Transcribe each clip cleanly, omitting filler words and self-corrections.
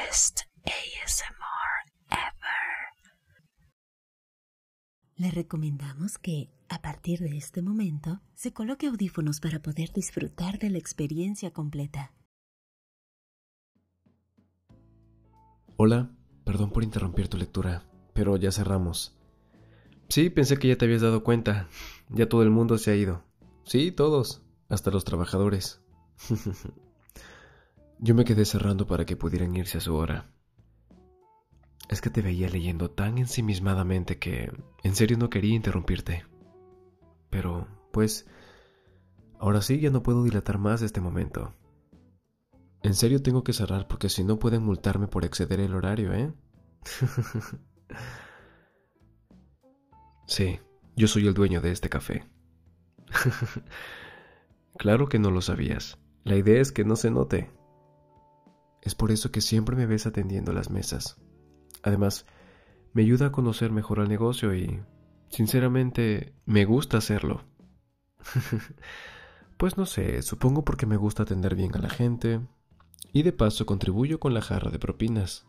best ASMR ever. Le recomendamos que, a partir de este momento, se coloque audífonos para poder disfrutar de la experiencia completa. Hola, perdón por interrumpir tu lectura, pero ya cerramos. Sí, pensé que ya te habías dado cuenta. Ya todo el mundo se ha ido. Sí, todos, hasta los trabajadores. Yo me quedé cerrando para que pudieran irse a su hora. Es que te veía leyendo tan ensimismadamente que en serio no quería interrumpirte. Pero, pues, ahora sí ya no puedo dilatar más este momento. En serio tengo que cerrar porque si no pueden multarme por exceder el horario, ¿eh? Sí, yo soy el dueño de este café. Claro que no lo sabías. La idea es que no se note. Es por eso que siempre me ves atendiendo las mesas. Además, me ayuda a conocer mejor al negocio y, sinceramente, me gusta hacerlo. Pues no sé, supongo porque me gusta atender bien a la gente y de paso contribuyo con la jarra de propinas.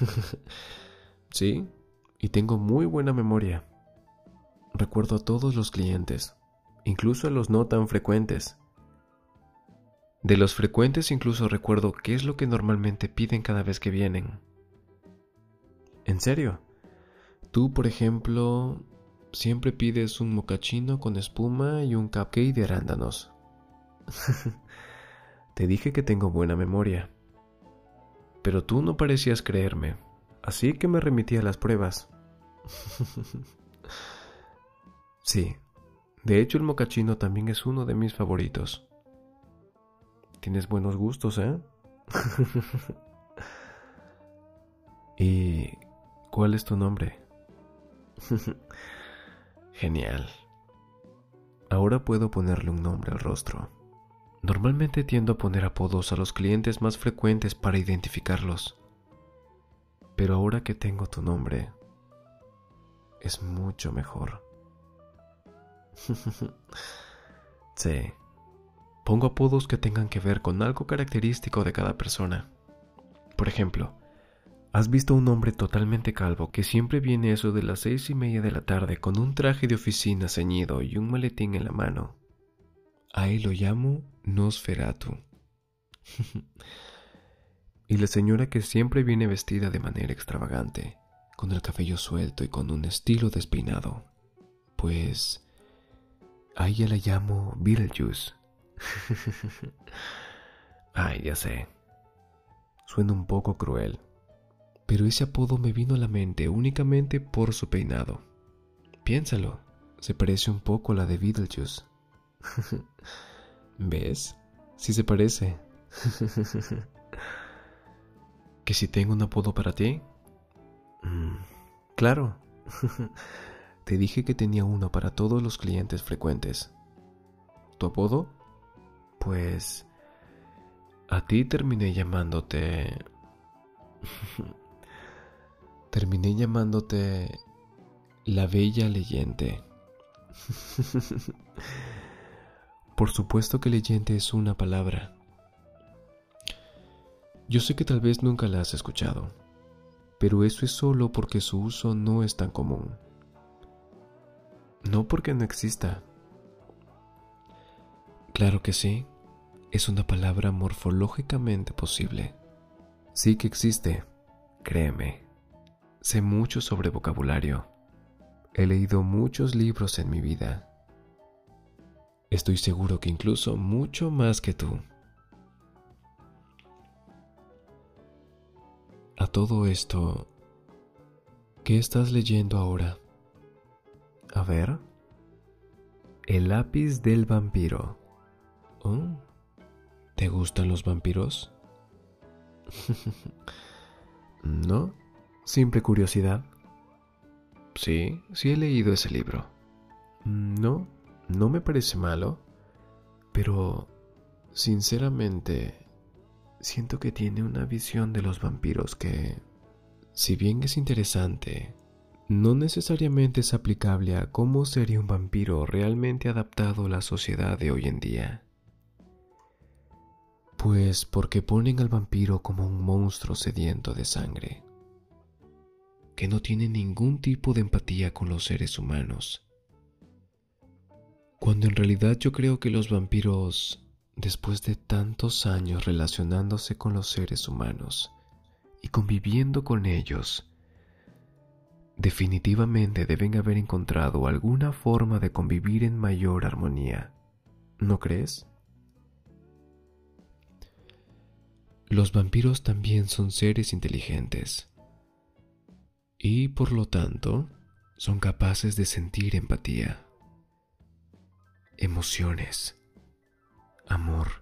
Sí, y tengo muy buena memoria. Recuerdo a todos los clientes, incluso a los no tan frecuentes. De los frecuentes incluso recuerdo qué es lo que normalmente piden cada vez que vienen. En serio, tú, por ejemplo, siempre pides un mocachino con espuma y un cupcake de arándanos. Te dije que tengo buena memoria. Pero tú no parecías creerme, así que me remití a las pruebas. Sí, de hecho el mocachino también es uno de mis favoritos. Tienes buenos gustos, ¿eh? ¿Y cuál es tu nombre? Genial. Ahora puedo ponerle un nombre al rostro. Normalmente tiendo a poner apodos a los clientes más frecuentes para identificarlos. Pero ahora que tengo tu nombre, es mucho mejor. Sí. Pongo apodos que tengan que ver con algo característico de cada persona. Por ejemplo, ¿has visto un hombre totalmente calvo que siempre viene a eso de las 6:30 de la tarde con un traje de oficina ceñido y un maletín en la mano? A él lo llamo Nosferatu. Y la señora que siempre viene vestida de manera extravagante, con el cabello suelto y con un estilo despeinado, pues a ella la llamo Beetlejuice. Ay, ya sé. Suena un poco cruel, pero ese apodo me vino a la mente únicamente por su peinado. Piénsalo, se parece un poco a la de Beetlejuice. ¿Ves? Sí se parece. ¿Que si tengo un apodo para ti? Claro. Te dije que tenía uno para todos los clientes frecuentes. ¿Tu apodo? Pues a ti terminé llamándote la Bella Leyente. Por supuesto que leyente es una palabra. Yo sé que tal vez nunca la has escuchado, pero eso es solo porque su uso no es tan común. No porque no exista. Claro que sí, es una palabra morfológicamente posible. Sí que existe, créeme. Sé mucho sobre vocabulario. He leído muchos libros en mi vida. Estoy seguro que incluso mucho más que tú. A todo esto, ¿qué estás leyendo ahora? A ver. El lápiz del vampiro. Oh, ¿te gustan los vampiros? ¿No? Simple curiosidad. Sí, sí he leído ese libro. No, no me parece malo, pero sinceramente siento que tiene una visión de los vampiros que, si bien es interesante, no necesariamente es aplicable a cómo sería un vampiro realmente adaptado a la sociedad de hoy en día. Pues porque ponen al vampiro como un monstruo sediento de sangre, que no tiene ningún tipo de empatía con los seres humanos. Cuando en realidad yo creo que los vampiros, después de tantos años relacionándose con los seres humanos y conviviendo con ellos, definitivamente deben haber encontrado alguna forma de convivir en mayor armonía. ¿No crees? Los vampiros también son seres inteligentes y, por lo tanto, son capaces de sentir empatía, emociones, amor.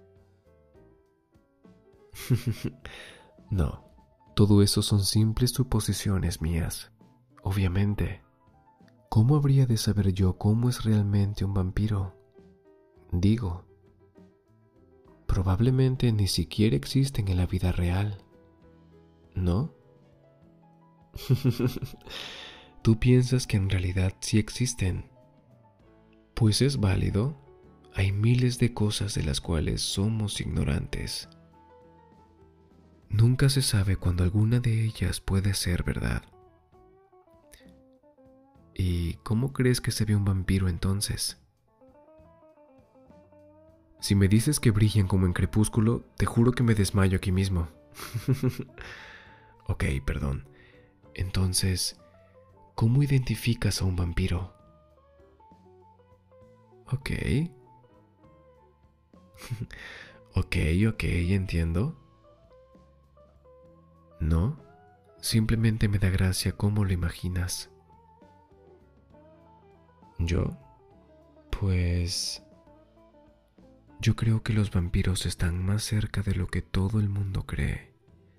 No, todo eso son simples suposiciones mías. Obviamente, ¿cómo habría de saber yo cómo es realmente un vampiro? Digo, probablemente ni siquiera existen en la vida real, ¿no? ¿Tú piensas que en realidad sí existen? Pues es válido. Hay miles de cosas de las cuales somos ignorantes. Nunca se sabe cuándo alguna de ellas puede ser verdad. ¿Y cómo crees que se ve un vampiro entonces? Si me dices que brillan como en Crepúsculo, te juro que me desmayo aquí mismo. Ok, perdón. Entonces, ¿cómo identificas a un vampiro? Ok. Ok, entiendo. No, simplemente me da gracia cómo lo imaginas. ¿Yo? Pues... yo creo que los vampiros están más cerca de lo que todo el mundo cree.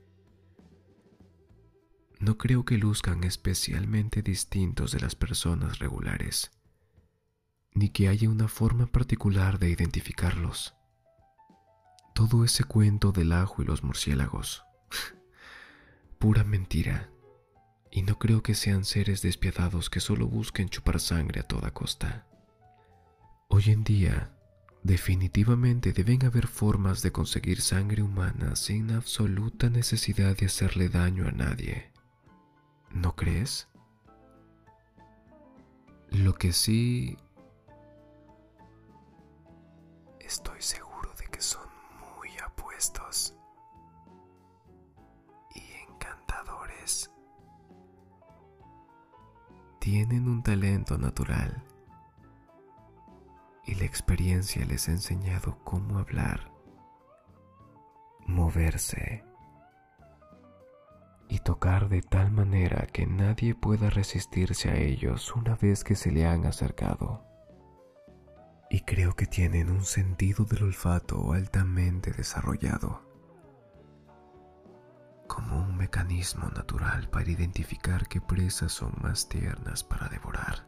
No creo que luzcan especialmente distintos de las personas regulares, ni que haya una forma particular de identificarlos. Todo ese cuento del ajo y los murciélagos, pura mentira, y no creo que sean seres despiadados que solo busquen chupar sangre a toda costa. Hoy en día, definitivamente deben haber formas de conseguir sangre humana sin absoluta necesidad de hacerle daño a nadie. ¿No crees? Lo que sí... estoy seguro de que son muy apuestos y encantadores. Tienen un talento natural y la experiencia les ha enseñado cómo hablar, moverse y tocar de tal manera que nadie pueda resistirse a ellos una vez que se le han acercado. Y creo que tienen un sentido del olfato altamente desarrollado, como un mecanismo natural para identificar qué presas son más tiernas para devorar.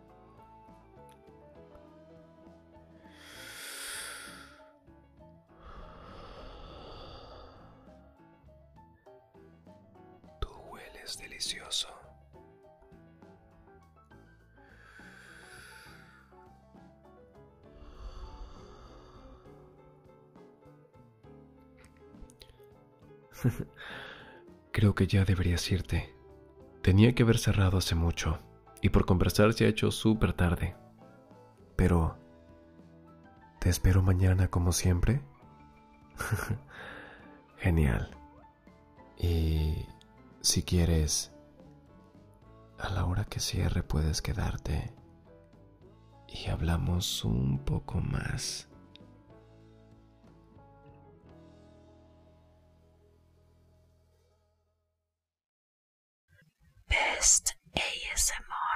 Tú hueles delicioso. Creo que ya deberías irte. Tenía que haber cerrado hace mucho, y por conversar se ha hecho súper tarde. Pero, ¿te espero mañana como siempre? Genial. Y si quieres, a la hora que cierre puedes quedarte y hablamos un poco más. Best ASMR.